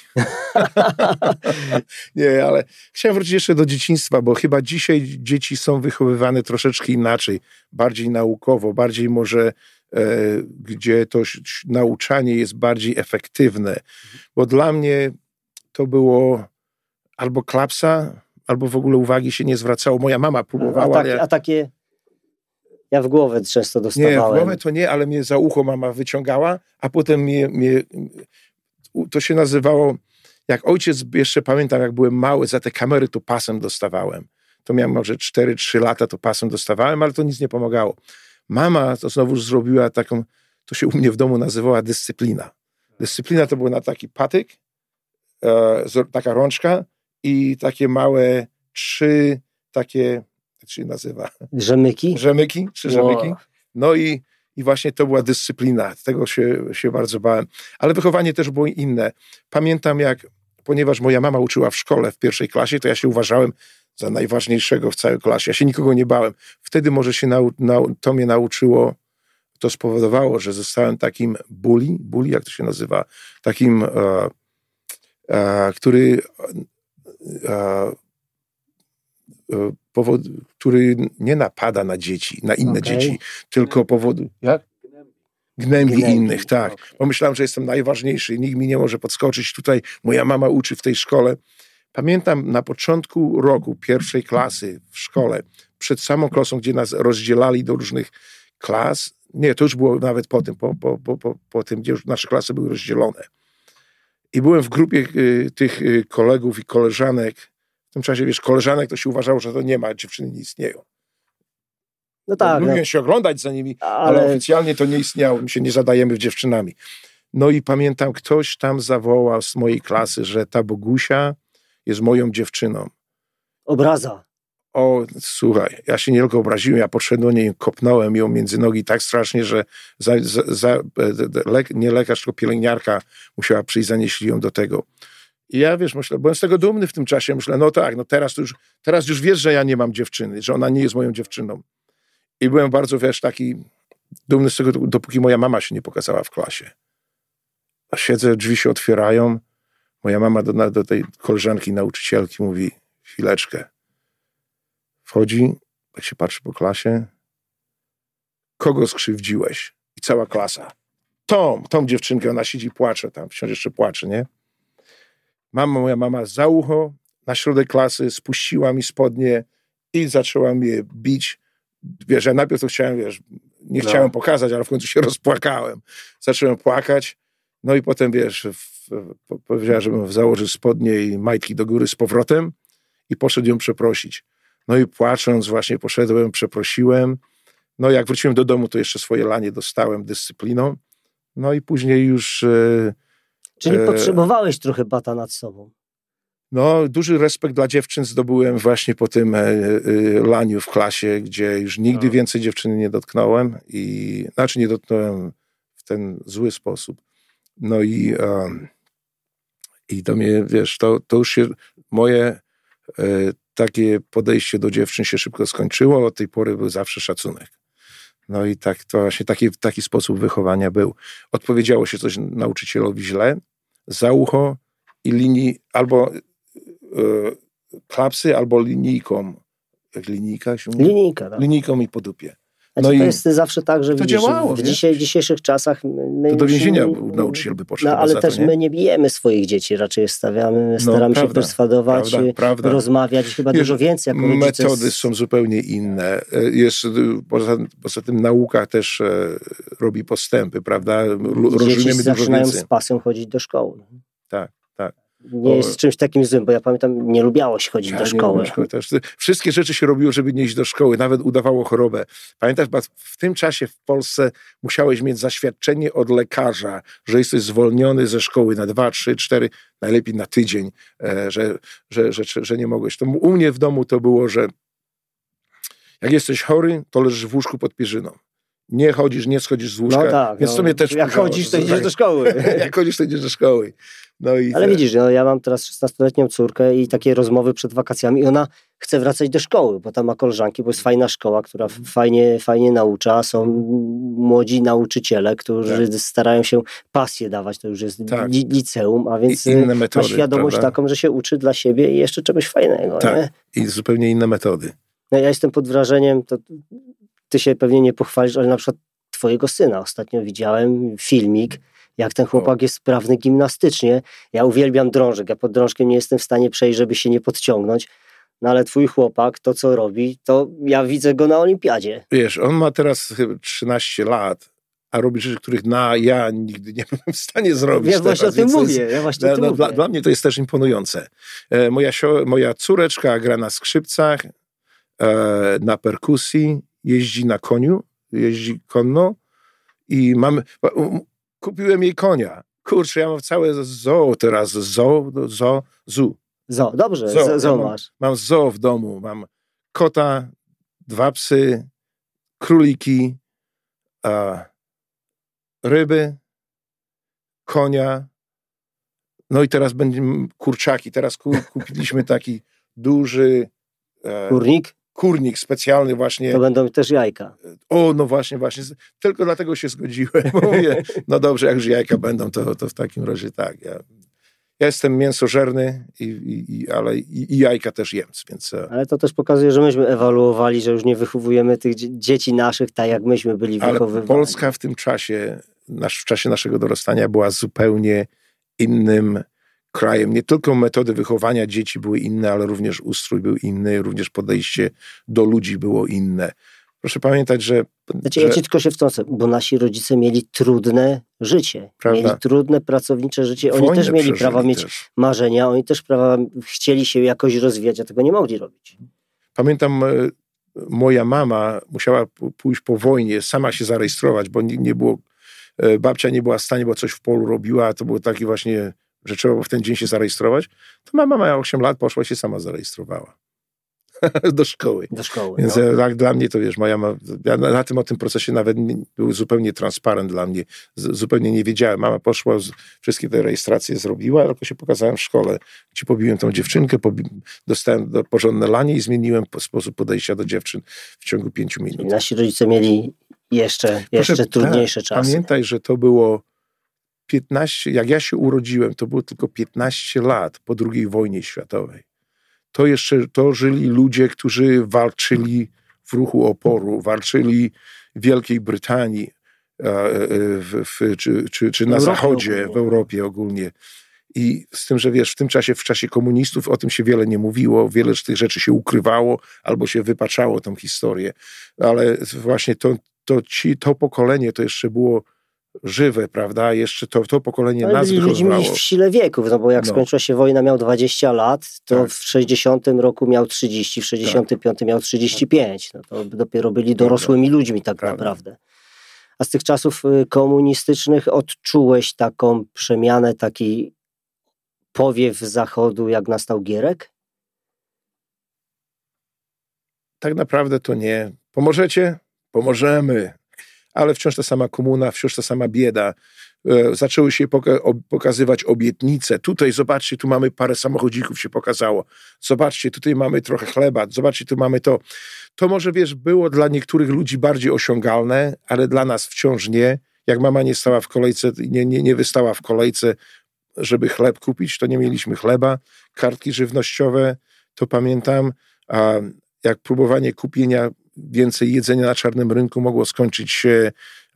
Speaker 2: Nie, ale chciałem wrócić jeszcze do dzieciństwa, bo chyba dzisiaj dzieci są wychowywane troszeczkę inaczej, bardziej naukowo, bardziej może gdzie to nauczanie jest bardziej efektywne. Bo dla mnie to było albo klapsa, albo w ogóle uwagi się nie zwracało. Moja mama próbowała.
Speaker 1: A takie... Ja w głowę często dostawałem.
Speaker 2: Nie, w głowę to nie, ale mnie za ucho mama wyciągała, a potem to się nazywało, jak ojciec, jeszcze pamiętam, jak byłem mały, za te kamery to pasem dostawałem. To miałem może 4-3 lata, to pasem dostawałem, ale to nic nie pomagało. Mama to znowu zrobiła taką, to się u mnie w domu nazywała dyscyplina. Dyscyplina to był na taki patyk, taka rączka i takie małe 3 takie, jak się nazywa?
Speaker 1: Rzemyki?
Speaker 2: 3 rzemyki. No i właśnie to była dyscyplina. Tego się bardzo bałem. Ale wychowanie też było inne. Pamiętam ponieważ moja mama uczyła w szkole w 1. klasie, to ja się uważałem za najważniejszego w całej klasie. Ja się nikogo nie bałem. Wtedy może się to mnie nauczyło, to spowodowało, że zostałem takim bully, jak to się nazywa, takim, który który nie napada na dzieci, na inne dzieci, tylko powoduje... Jak? Gnębi innych, tak. Bo myślałem, że jestem najważniejszy, nikt mi nie może podskoczyć. Tutaj moja mama uczy w tej szkole. Pamiętam na początku roku 1. klasy w szkole, przed samą klasą, gdzie nas rozdzielali do różnych klas. Nie, to już było nawet po tym, gdzie już nasze klasy były rozdzielone. I byłem w grupie tych kolegów i koleżanek. W tym czasie, koleżanek to się uważało, że to nie ma, dziewczyny nie istnieją.
Speaker 1: No tak.
Speaker 2: Lubiłem się oglądać za nimi, ale oficjalnie to nie istniało. My się nie zadajemy dziewczynami. No i pamiętam, ktoś tam zawołał z mojej klasy, że ta Bogusia jest moją dziewczyną.
Speaker 1: Obraza.
Speaker 2: O, słuchaj, ja się nie tylko obraziłem, ja podszedłem do niej, kopnąłem ją między nogi tak strasznie, że nie lekarz, tylko pielęgniarka musiała przyjść, zanieśli ją do tego. I ja, myślę, byłem z tego dumny w tym czasie. Myślę, no tak, teraz już wiesz, że ja nie mam dziewczyny, że ona nie jest moją dziewczyną. I byłem bardzo, taki dumny z tego, dopóki moja mama się nie pokazała w klasie. A siedzę, drzwi się otwierają. Moja mama do tej koleżanki, nauczycielki mówi, chwileczkę. Wchodzi, jak się patrzy po klasie. Kogo skrzywdziłeś? I cała klasa. Tą dziewczynkę, ona siedzi, płacze tam, wciąż jeszcze płacze, nie? Moja mama za ucho, na środek klasy, spuściła mi spodnie i zaczęła mnie bić. Ja najpierw to chciałem, nie chciałem pokazać, ale w końcu się rozpłakałem. Zacząłem płakać, no i potem, powiedziała, żebym założył spodnie i majtki do góry z powrotem i poszedł ją przeprosić. No i płacząc właśnie poszedłem, przeprosiłem, No jak wróciłem do domu, to jeszcze swoje lanie dostałem dyscypliną. No i później już...
Speaker 1: Czyli potrzebowałeś trochę bata nad sobą.
Speaker 2: No, duży respekt dla dziewczyn zdobyłem właśnie po tym laniu w klasie, gdzie już nigdy więcej dziewczyny nie dotknąłem. Znaczy nie dotknąłem w ten zły sposób. No i to mnie, wiesz, to już się moje takie podejście do dziewczyn się szybko skończyło. Od tej pory był zawsze szacunek. No i tak, to właśnie taki sposób wychowania był. Odpowiedziało się coś nauczycielowi źle, za ucho i linii, albo klapsy, albo linijką. Jak linijka się mówi?
Speaker 1: Linijka, tak.
Speaker 2: Linijką i po dupie.
Speaker 1: No to jest zawsze tak, że
Speaker 2: to
Speaker 1: widzisz,
Speaker 2: działało,
Speaker 1: w dzisiejszych czasach my
Speaker 2: to do więzienia nauczyciel by poszedł.
Speaker 1: No, ale też my nie bijemy swoich dzieci, raczej staramy się perswadować, rozmawiać, chyba dużo więcej jako rodzice.
Speaker 2: Metody są zupełnie inne. Poza tym nauka też robi postępy, prawda?
Speaker 1: Dzieci zaczynają z pasją chodzić do szkoły.
Speaker 2: Tak.
Speaker 1: Nie jest czymś takim złym, bo ja pamiętam, nie lubiało się chodzić do szkoły.
Speaker 2: Wszystkie rzeczy się robiło, żeby nie iść do szkoły, nawet udawało chorobę. Pamiętasz, w tym czasie w Polsce musiałeś mieć zaświadczenie od lekarza, że jesteś zwolniony ze szkoły na 2, 3, 4, najlepiej na tydzień, że nie mogłeś. To u mnie w domu to było, że jak jesteś chory, to leżysz w łóżku pod pierzyną. Nie schodzisz z łóżka.
Speaker 1: No tak,
Speaker 2: więc to mnie też
Speaker 1: jak chodzisz, to idziesz do szkoły.
Speaker 2: Jak chodzisz, to idziesz do szkoły.
Speaker 1: Ale widzisz, ja mam teraz 16-letnią córkę i takie rozmowy przed wakacjami i ona chce wracać do szkoły, bo tam ma koleżanki, bo jest fajna szkoła, która fajnie naucza. Są młodzi nauczyciele, którzy starają się pasję dawać. To już jest liceum, a więc
Speaker 2: inne metody,
Speaker 1: ma świadomość taką, że się uczy dla siebie i jeszcze czegoś fajnego.
Speaker 2: Tak,
Speaker 1: nie?
Speaker 2: I zupełnie inne metody.
Speaker 1: No, ja jestem pod wrażeniem, to ty się pewnie nie pochwalisz, ale na przykład twojego syna. Ostatnio widziałem filmik, jak ten chłopak jest sprawny gimnastycznie. Ja uwielbiam drążek. Ja pod drążkiem nie jestem w stanie przejść, żeby się nie podciągnąć. No ale twój chłopak, to co robi, to ja widzę go na olimpiadzie.
Speaker 2: Wiesz, on ma teraz chyba 13 lat, a robi rzeczy, których ja nigdy nie byłem w stanie zrobić.
Speaker 1: Ja właśnie o tym mówię.
Speaker 2: Dla mnie to jest też imponujące. Moja córeczka gra na skrzypcach, na perkusji, jeździ na koniu, jeździ konno i kupiłem jej konia. Kurczę, ja mam całe zoo teraz. Zoo, dobrze, zoo masz. Mam zoo w domu. Mam kota, 2 psy, króliki, ryby, konia. No i teraz będziemy kurczaki. Teraz kupiliśmy taki duży... Kurnik specjalny właśnie.
Speaker 1: To będą też jajka.
Speaker 2: No właśnie. Tylko dlatego się zgodziłem. Mówię, no dobrze, jak już jajka będą, to w takim razie tak. Ja jestem mięsożerny, ale jajka też jem. Więc...
Speaker 1: Ale to też pokazuje, że myśmy ewaluowali, że już nie wychowujemy tych dzieci naszych tak, jak myśmy byli wychowywani.
Speaker 2: Ale Polska w tym czasie, w czasie naszego dorastania była zupełnie innym krajem. Nie tylko metody wychowania dzieci były inne, ale również ustrój był inny, również podejście do ludzi było inne. Proszę pamiętać, że...
Speaker 1: Ja ci tylko się wtrącę, bo nasi rodzice mieli trudne życie.
Speaker 2: Prawda?
Speaker 1: Mieli trudne, pracownicze życie. Oni też mieli prawa mieć marzenia, oni też chcieli się jakoś rozwijać, a tego nie mogli robić.
Speaker 2: Pamiętam, moja mama musiała pójść po wojnie, sama się zarejestrować, bo nie było... Babcia nie była w stanie, bo coś w polu robiła, a to było taki właśnie... że trzeba w ten dzień się zarejestrować, to mama miała 8 lat, poszła się sama zarejestrowała. Do szkoły. Więc tak dla mnie to, wiesz, ja o tym procesie nawet był zupełnie transparent dla mnie. Zupełnie nie wiedziałem. Mama poszła, wszystkie te rejestracje zrobiła, tylko się pokazałem w szkole. Gdzie pobiłem tą dziewczynkę, dostałem porządne lanie i zmieniłem sposób podejścia do dziewczyn w ciągu 5 minut.
Speaker 1: I nasi rodzice mieli jeszcze trudniejsze czasy.
Speaker 2: Pamiętaj, że to było 15, jak ja się urodziłem, to było tylko 15 lat po II wojnie światowej. To żyli ludzie, którzy walczyli w ruchu oporu, walczyli w Wielkiej Brytanii, czy na Zachodzie, w Europie ogólnie. I z tym, że wiesz, w czasie komunistów o tym się wiele nie mówiło, wiele z tych rzeczy się ukrywało, albo się wypaczało tą historię. Ale właśnie to pokolenie to jeszcze było żywe, prawda? Jeszcze to pokolenie
Speaker 1: Ale
Speaker 2: nas
Speaker 1: byli ludźmi
Speaker 2: wychowywało.
Speaker 1: w sile wieków, no bo jak skończyła się wojna, miał 20 lat, to
Speaker 2: Tak.
Speaker 1: w 60 roku miał 30, w 65 miał 35. No to dopiero byli dorosłymi ludźmi tak naprawdę. A z tych czasów komunistycznych odczułeś taką przemianę, taki powiew Zachodu, jak nastał Gierek?
Speaker 2: Tak naprawdę to nie. Pomożecie? Pomożemy. Ale wciąż ta sama komuna, wciąż ta sama bieda. Zaczęły się pokazywać obietnice. Tutaj, zobaczcie, tu mamy parę samochodzików się pokazało. Zobaczcie, tutaj mamy trochę chleba. Zobaczcie, tu mamy to. To może, wiesz, było dla niektórych ludzi bardziej osiągalne, ale dla nas wciąż nie. Jak mama nie stała w kolejce, nie wystała w kolejce, żeby chleb kupić, to nie mieliśmy chleba. Kartki żywnościowe, to pamiętam. A jak próbowanie kupienia więcej jedzenia na czarnym rynku mogło skończyć się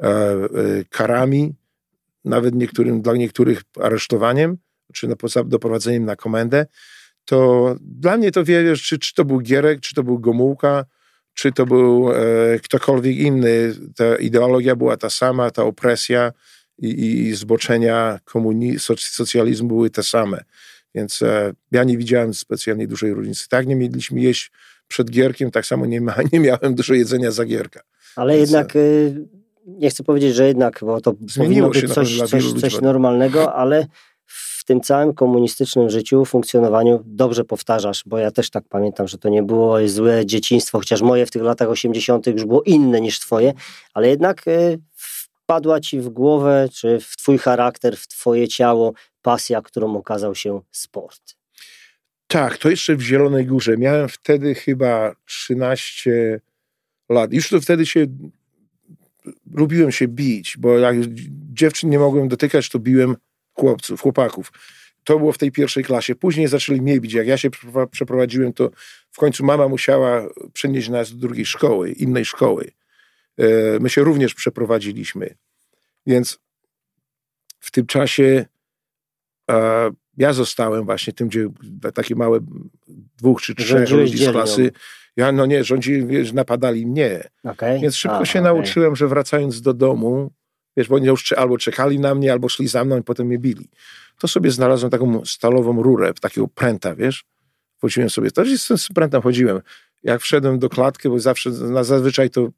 Speaker 2: karami, nawet dla niektórych aresztowaniem, czy doprowadzeniem na komendę, to dla mnie to wiesz, czy to był Gierek, czy to był Gomułka, czy to był ktokolwiek inny. Ta ideologia była ta sama, ta opresja i zboczenia socjalizmu były te same. Więc ja nie widziałem specjalnie dużej różnicy. Tak, nie mieliśmy jeść przed Gierkiem, tak samo nie miałem dużo jedzenia za Gierka.
Speaker 1: Ale więc jednak, nie chcę powiedzieć, że jednak, bo to powinno być coś normalnego, ale w tym całym komunistycznym życiu, funkcjonowaniu dobrze powtarzasz, bo ja też tak pamiętam, że to nie było złe dzieciństwo, chociaż moje w tych latach 80. już było inne niż twoje, ale jednak wpadła ci w głowę, czy w twój charakter, w twoje ciało pasja, którą okazał się sport.
Speaker 2: Tak, to jeszcze w Zielonej Górze. Miałem wtedy chyba 13 lat. Już to wtedy lubiłem się bić, bo jak dziewczyn nie mogłem dotykać, to biłem chłopaków. To było w tej pierwszej klasie. Później zaczęli mnie bić. Jak ja się przeprowadziłem, to w końcu mama musiała przenieść nas do drugiej szkoły, innej szkoły. My się również przeprowadziliśmy. Więc w tym czasie ja zostałem właśnie tym, gdzie takie małe 2 czy 3 ludzi z klasy. Rządzili, napadali mnie.
Speaker 1: Okay.
Speaker 2: Więc szybko się nauczyłem, że wracając do domu, wiesz, bo oni już albo czekali na mnie, albo szli za mną i potem mnie bili. To sobie znalazłem taką stalową rurę, takiego pręta, wiesz. Chodziłem sobie, też z tym prętem chodziłem. Jak wszedłem do klatki, bo zazwyczaj to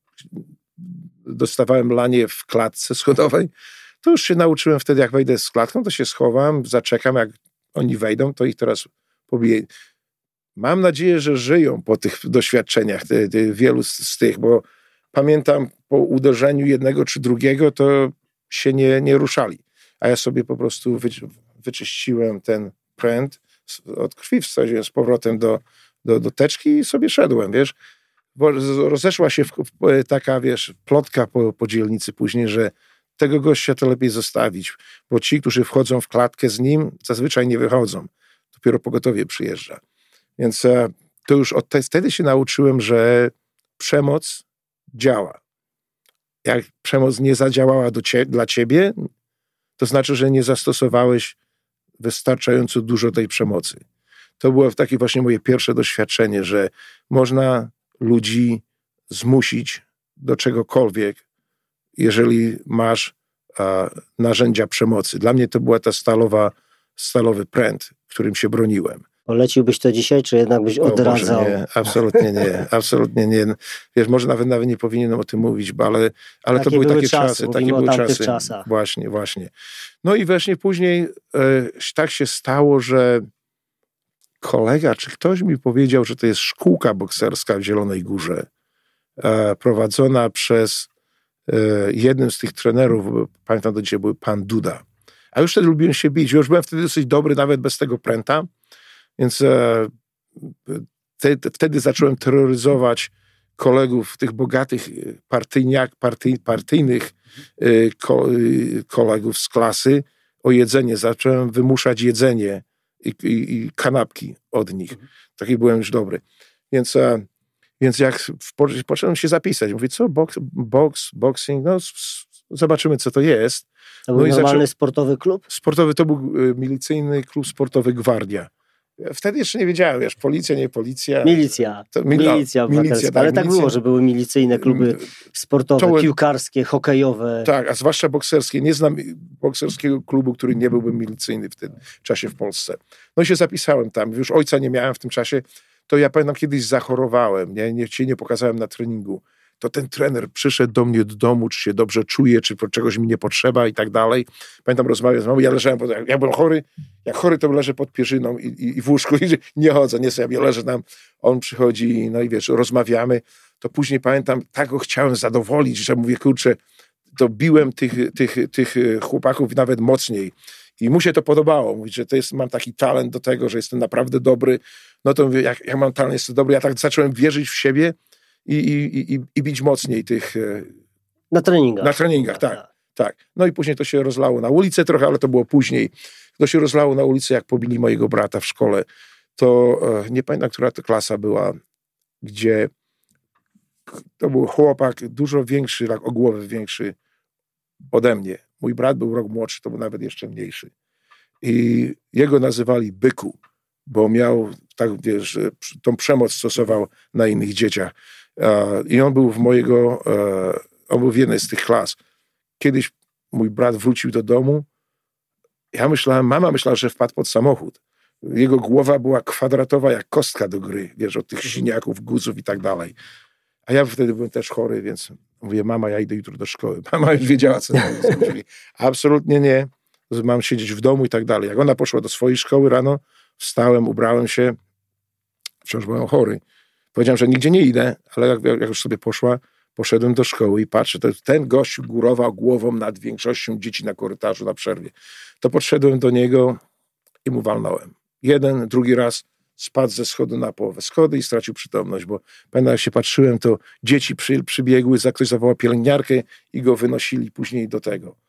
Speaker 2: dostawałem lanie w klatce schodowej, to już się nauczyłem wtedy, jak wejdę z klatką, to się schowam, zaczekam, jak oni wejdą, to ich teraz pobiję. Mam nadzieję, że żyją po tych doświadczeniach, wielu z tych, bo pamiętam po uderzeniu jednego czy drugiego, to się nie ruszali. A ja sobie po prostu wyczyściłem ten pręt, od krwi wsadziłem z powrotem do teczki i sobie szedłem, wiesz. Bo rozeszła się taka, wiesz, plotka po dzielnicy później, że tego gościa to lepiej zostawić, bo ci, którzy wchodzą w klatkę z nim, zazwyczaj nie wychodzą. Dopiero pogotowie przyjeżdża. Więc to już wtedy się nauczyłem, że przemoc działa. Jak przemoc nie zadziałała dla ciebie, to znaczy, że nie zastosowałeś wystarczająco dużo tej przemocy. To było takie właśnie moje pierwsze doświadczenie, że można ludzi zmusić do czegokolwiek, jeżeli masz narzędzia przemocy. Dla mnie to była ta stalowy pręt, którym się broniłem.
Speaker 1: Poleciłbyś to dzisiaj, czy jednak byś odradzał?
Speaker 2: Nie, absolutnie nie, absolutnie nie. Wiesz, może nawet nie powinienem o tym mówić, ale to były takie czasy. Takie były czasy.
Speaker 1: Czasach.
Speaker 2: Właśnie. No i właśnie później tak się stało, że kolega, czy ktoś mi powiedział, że to jest szkółka bokserska w Zielonej Górze, prowadzona przez jednym z tych trenerów, pamiętam do dzisiaj, był pan Duda. A już wtedy lubiłem się bić. Już byłem wtedy dosyć dobry, nawet bez tego pręta. Więc wtedy zacząłem terroryzować kolegów, tych bogatych partyjnych kolegów z klasy o jedzenie. Zacząłem wymuszać jedzenie i kanapki od nich. Taki byłem już dobry. Więc jak począłem się zapisać, mówię, co, boxing, no zobaczymy, co to jest.
Speaker 1: To był normalny sportowy klub?
Speaker 2: Sportowy, to był milicyjny klub sportowy Gwardia. Wtedy jeszcze nie wiedziałem, wiesz, policja, nie policja.
Speaker 1: Milicja. Milicja obywatelska. Ale tak było, że były milicyjne kluby sportowe, piłkarskie, hokejowe.
Speaker 2: Tak, a zwłaszcza bokserskie. Nie znam bokserskiego klubu, który nie byłby milicyjny w tym czasie w Polsce. No i się zapisałem tam. Już ojca nie miałem w tym czasie. To ja pamiętam, kiedyś zachorowałem, nie pokazałem na treningu. To ten trener przyszedł do mnie do domu, czy się dobrze czuje, czy czegoś mi nie potrzeba i tak dalej. Pamiętam, rozmawiałem z mamą, ja leżałem, jak byłem chory, to leżę pod pierzyną i w łóżku i nie chodzę, nie sobie, leżę tam, on przychodzi, no i wiesz, rozmawiamy. To później pamiętam, tak go chciałem zadowolić, że mówię, kurczę, to biłem tych chłopaków nawet mocniej. I mu się to podobało. Mówi, że mam taki talent do tego, że jestem naprawdę dobry. No to mówię, jak mam talent, jestem dobry. Ja tak zacząłem wierzyć w siebie i bić mocniej tych...
Speaker 1: Na treningach.
Speaker 2: Na treningach, tak. No i później to się rozlało na ulicę trochę, ale to było później. To się rozlało na ulicę, jak pobili mojego brata w szkole. To nie pamiętam, która to klasa była, gdzie to był chłopak dużo większy, tak o głowę większy ode mnie. Mój brat był rok młodszy, to był nawet jeszcze mniejszy. I jego nazywali Byku, bo miał, tak wiesz, tą przemoc stosował na innych dzieciach. I on był on był w jednej z tych klas. Kiedyś mój brat wrócił do domu. Mama myślała, że wpadł pod samochód. Jego głowa była kwadratowa jak kostka do gry, wiesz, od tych siniaków, guzów i tak dalej. A ja wtedy byłem też chory, więc mówię, mama, ja idę jutro do szkoły. Mama już wiedziała, co tam zrobili. Absolutnie nie. Mam siedzieć w domu i tak dalej. Jak ona poszła do swojej szkoły rano, wstałem, ubrałem się. Wciąż byłem chory. Powiedziałem, że nigdzie nie idę, ale jak już sobie poszedłem do szkoły i patrzę, to ten gościu górował głową nad większością dzieci na korytarzu na przerwie. To podszedłem do niego i mu walnąłem. Jeden, drugi raz spadł ze schodu na połowę schody i stracił przytomność, bo pamiętam, jak się patrzyłem, to dzieci przybiegły, ktoś zawołał pielęgniarkę i go wynosili później do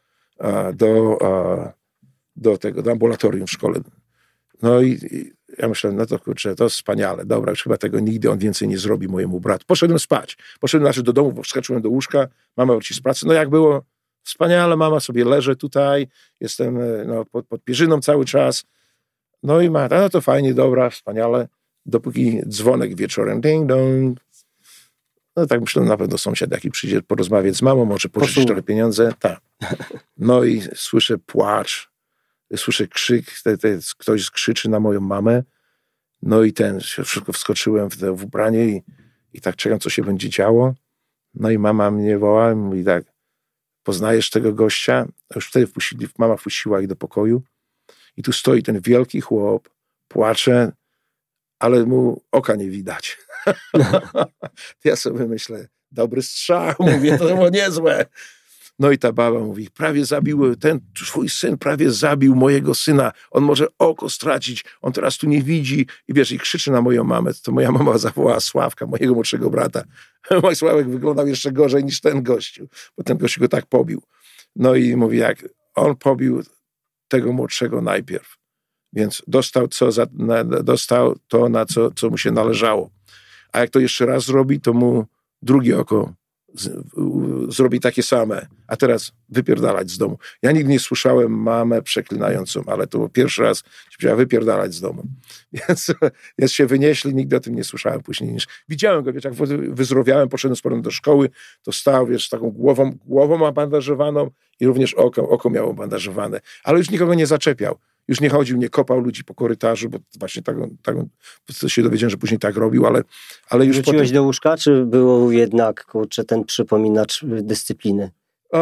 Speaker 2: ambulatorium w szkole. No i ja myślałem, no to kurczę, to wspaniale, dobra, już chyba tego nigdy on więcej nie zrobi mojemu bratu. Poszedłem spać. Poszedłem do domu, bo wskoczyłem do łóżka, mama wróci z pracy. No jak było? Wspaniale, mama, sobie leżę tutaj, jestem pod pierzyną cały czas. No i no to fajnie, dobra, wspaniale, dopóki dzwonek wieczorem, ding dong. No tak myślę, na pewno sąsiad jaki przyjdzie porozmawiać z mamą, może pożyczyć trochę pieniądze. Tak. No i słyszę płacz, słyszę krzyk, ktoś krzyczy na moją mamę. No i szybko wskoczyłem w ubranie i tak czekam, co się będzie działo. No i mama mnie woła i mówi tak, poznajesz tego gościa? A już wtedy mama wpuściła ich do pokoju. I tu stoi ten wielki chłop, płacze, ale mu oka nie widać. Ja sobie myślę, dobry strzał, mówię, to było niezłe. No i ta baba mówi, ten twój syn prawie zabił mojego syna, on może oko stracić, on teraz tu nie widzi. I wiesz, i krzyczy na moją mamę. To moja mama zawołała Sławka, mojego młodszego brata. Mój Sławek wyglądał jeszcze gorzej niż ten gościu, bo ten gościu go tak pobił. No i mówi, jak on pobił tego młodszego najpierw. Więc dostał to, na co mu się należało. A jak to jeszcze raz zrobi, to mu drugie oko zrobi takie same. A teraz wypierdalać z domu. Ja nigdy nie słyszałem mamę przeklinającą, ale to był pierwszy raz, że powiedziała wypierdalać z domu. Więc się wynieśli, nigdy o tym nie słyszałem później. Widziałem go, wiesz, jak wyzdrowiałem, poszedłem z powrotem do szkoły, to stał, wiesz, z taką głową obandażowaną i również oko miało bandażowane. Ale już nikogo nie zaczepiał. Już nie chodził, nie kopał ludzi po korytarzu, bo właśnie tak się dowiedziałem, że później tak robił, ale już
Speaker 1: Wróciłeś potem... do łóżka, czy było jednak, kurczę, ten przypominacz dyscypliny?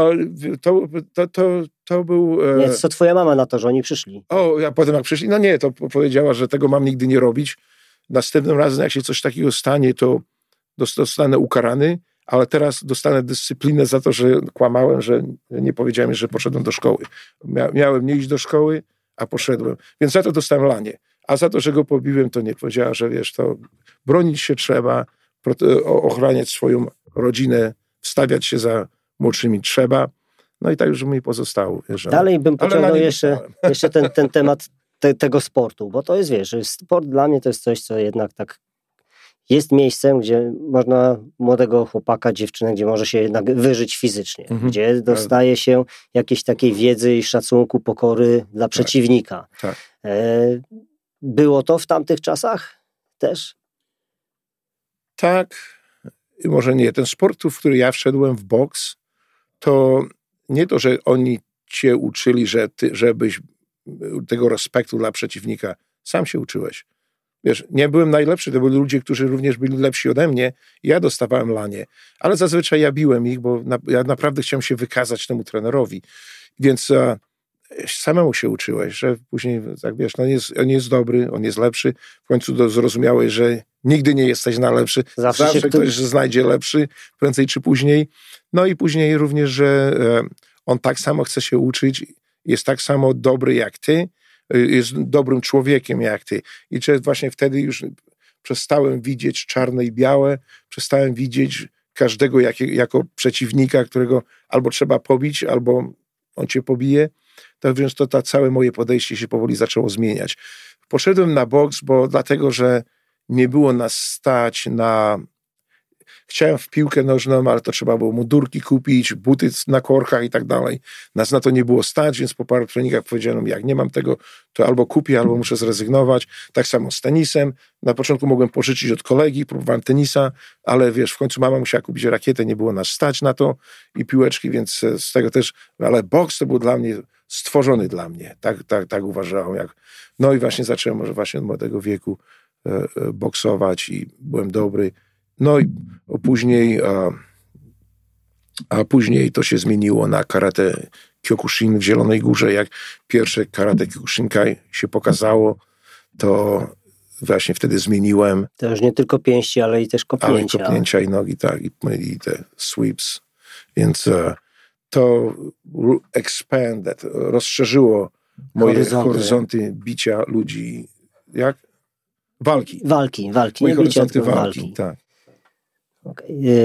Speaker 2: To był...
Speaker 1: Nie, co twoja mama na to, że oni przyszli?
Speaker 2: Ja potem jak przyszli, no nie, to powiedziała, że tego mam nigdy nie robić. Następnym razem, jak się coś takiego stanie, to zostanę ukarany, ale teraz dostanę dyscyplinę za to, że kłamałem, że nie powiedziałem, że poszedłem do szkoły. Miałem nie iść do szkoły, a poszedłem. Więc za to dostałem lanie. A za to, że go pobiłem, to nie. Powiedziała, że wiesz, to bronić się trzeba, ochraniać swoją rodzinę, wstawiać się za młodszymi trzeba. No i tak już mi pozostało. Wiesz,
Speaker 1: dalej bym pociągnął jeszcze ten temat tego sportu, bo to jest, wiesz, sport dla mnie to jest coś, co jednak tak jest miejscem, gdzie można młodego chłopaka, dziewczynę, gdzie może się jednak wyżyć fizycznie, gdzie dostaje się jakiejś takiej wiedzy i szacunku, pokory dla przeciwnika.
Speaker 2: Tak.
Speaker 1: Było to w tamtych czasach też?
Speaker 2: Tak, może nie. Ten sport, w który ja wszedłem, w boks, to nie to, że oni cię uczyli, żebyś tego respektu dla przeciwnika. Sam się uczyłeś. Wiesz, nie byłem najlepszy, to byli ludzie, którzy również byli lepsi ode mnie. Ja dostawałem lanie, ale zazwyczaj ja biłem ich, bo ja naprawdę chciałem się wykazać temu trenerowi. Więc samemu się uczyłeś, że później, tak wiesz, no on jest dobry, on jest lepszy. W końcu zrozumiałeś, że nigdy nie jesteś najlepszy. Zawsze ktoś znajdzie lepszy, prędzej czy później. No i później również, że on tak samo chce się uczyć, jest tak samo dobry jak ty, jest dobrym człowiekiem jak ty. I właśnie wtedy już przestałem widzieć czarne i białe, przestałem widzieć każdego jako przeciwnika, którego albo trzeba pobić, albo on cię pobije. Tak więc to całe moje podejście się powoli zaczęło zmieniać. Poszedłem na boks, dlatego, że nie było nas stać na... Chciałem w piłkę nożną, ale to trzeba było mundurki kupić, buty na korkach i tak dalej. Nas na to nie było stać, więc po paru treningach powiedziałem, jak nie mam tego, to albo kupię, albo muszę zrezygnować. Tak samo z tenisem. Na początku mogłem pożyczyć od kolegi, próbowałem tenisa, ale wiesz, w końcu mama musiała kupić rakietę, nie było nas stać na to i piłeczki, więc z tego też... Ale boks to był dla mnie stworzony dla mnie. Tak uważałem. No i właśnie zacząłem może właśnie od młodego wieku boksować i byłem dobry. No i później to się zmieniło na karate Kyokushin w Zielonej Górze. Jak pierwsze karate Kyokushinkai się pokazało, to właśnie wtedy zmieniłem.
Speaker 1: To już nie tylko pięści, ale i też kopnięcia.
Speaker 2: Ale i kopnięcia i nogi, tak, i te sweeps. Więc to expanded, rozszerzyło moje horyzonty bicia ludzi. Jak? Walki.
Speaker 1: Moje
Speaker 2: horyzonty walki, tak.
Speaker 1: Okay.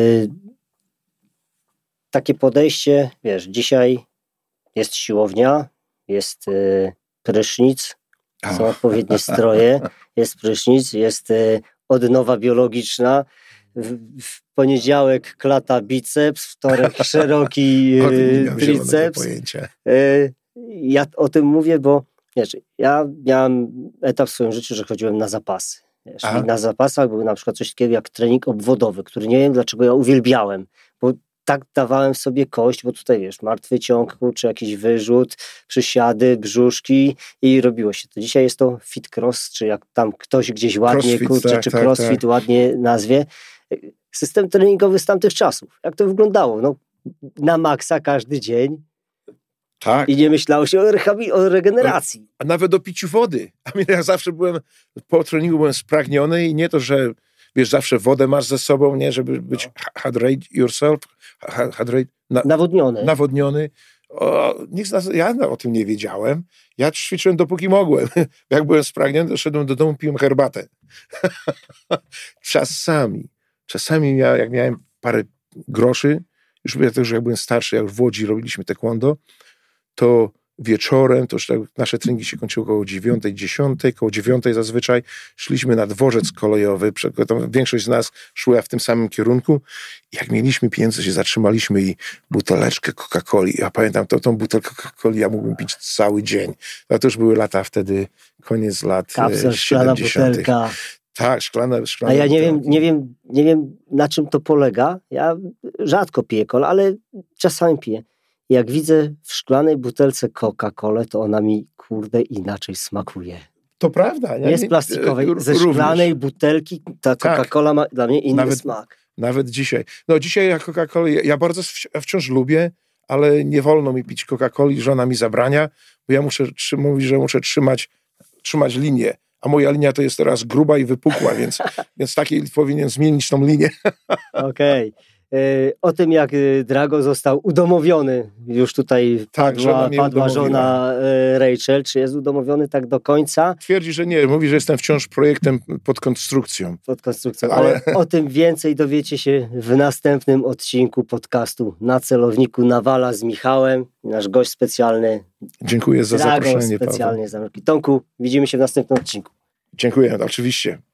Speaker 1: Takie podejście, wiesz, dzisiaj jest siłownia, jest prysznic, są odpowiednie stroje, jest prysznic, jest odnowa biologiczna, w poniedziałek klata biceps, wtorek szeroki triceps. Ja o tym mówię, bo wiesz, ja miałem etap w swoim życiu, że chodziłem na zapasy. Wiesz, i na zapasach był na przykład coś takiego jak trening obwodowy, który nie wiem dlaczego ja uwielbiałem, bo tak dawałem sobie kość, bo tutaj wiesz, martwy ciąg, czy jakiś wyrzut, przysiady, brzuszki i robiło się to. Dzisiaj jest to fit cross, czy jak tam ktoś gdzieś ładnie,
Speaker 2: crossfit,
Speaker 1: czy crossfit ładnie nazwie. System treningowy z tamtych czasów. Jak to wyglądało? No, na maksa każdy dzień.
Speaker 2: Tak.
Speaker 1: I nie myślało się o regeneracji.
Speaker 2: A nawet o piciu wody. Ja zawsze po treningu byłem spragniony i nie to, że wiesz, zawsze wodę masz ze sobą, nie, żeby być hydrate yourself, nawodniony. Ja o tym nie wiedziałem. Ja ćwiczyłem dopóki mogłem. Jak byłem spragniony, to szedłem do domu, piłem herbatę. Czasami jak miałem parę groszy, już jak byłem starszy, jak w Łodzi robiliśmy taekwondo, to wieczorem, to już tak nasze treningi się kończyły około 9:10, koło 9:00 zazwyczaj, szliśmy na dworzec kolejowy, większość z nas szła w tym samym kierunku. Jak mieliśmy pieniądze, się zatrzymaliśmy i buteleczkę Coca-Coli. Ja pamiętam, tą butelkę Coca-Coli ja mógłbym pić cały dzień. To już były lata wtedy, koniec lat 70.
Speaker 1: Szklana butelka.
Speaker 2: Tak, szklane.
Speaker 1: A ja nie wiem na czym to polega. Ja rzadko piję kolę, ale czasami piję. Jak widzę w szklanej butelce Coca-Colę, to ona mi, kurde, inaczej smakuje.
Speaker 2: To prawda.
Speaker 1: Nie z plastikowej, ze szklanej butelki ta Coca-Cola ma dla mnie inny smak.
Speaker 2: Nawet dzisiaj. No dzisiaj ja Coca-Colę, ja bardzo wciąż lubię, ale nie wolno mi pić Coca-Coli, żona mi zabrania, bo ja mówi, że muszę trzymać linię. A moja linia to jest teraz gruba i wypukła, więc takiej powinien zmienić tą linię.
Speaker 1: Okej. O tym, jak Drago został udomowiony, już tutaj padła żona Rachel, czy jest udomowiony tak do końca?
Speaker 2: Twierdzi, że nie, mówi, że jestem wciąż projektem pod konstrukcją.
Speaker 1: Ale o tym więcej dowiecie się w następnym odcinku podcastu Na Celowniku Nawala z Michałem. Nasz gość specjalny.
Speaker 2: Dziękuję za zaproszenie,
Speaker 1: specjalnie za Tomku, widzimy się w następnym odcinku.
Speaker 2: Dziękuję, oczywiście.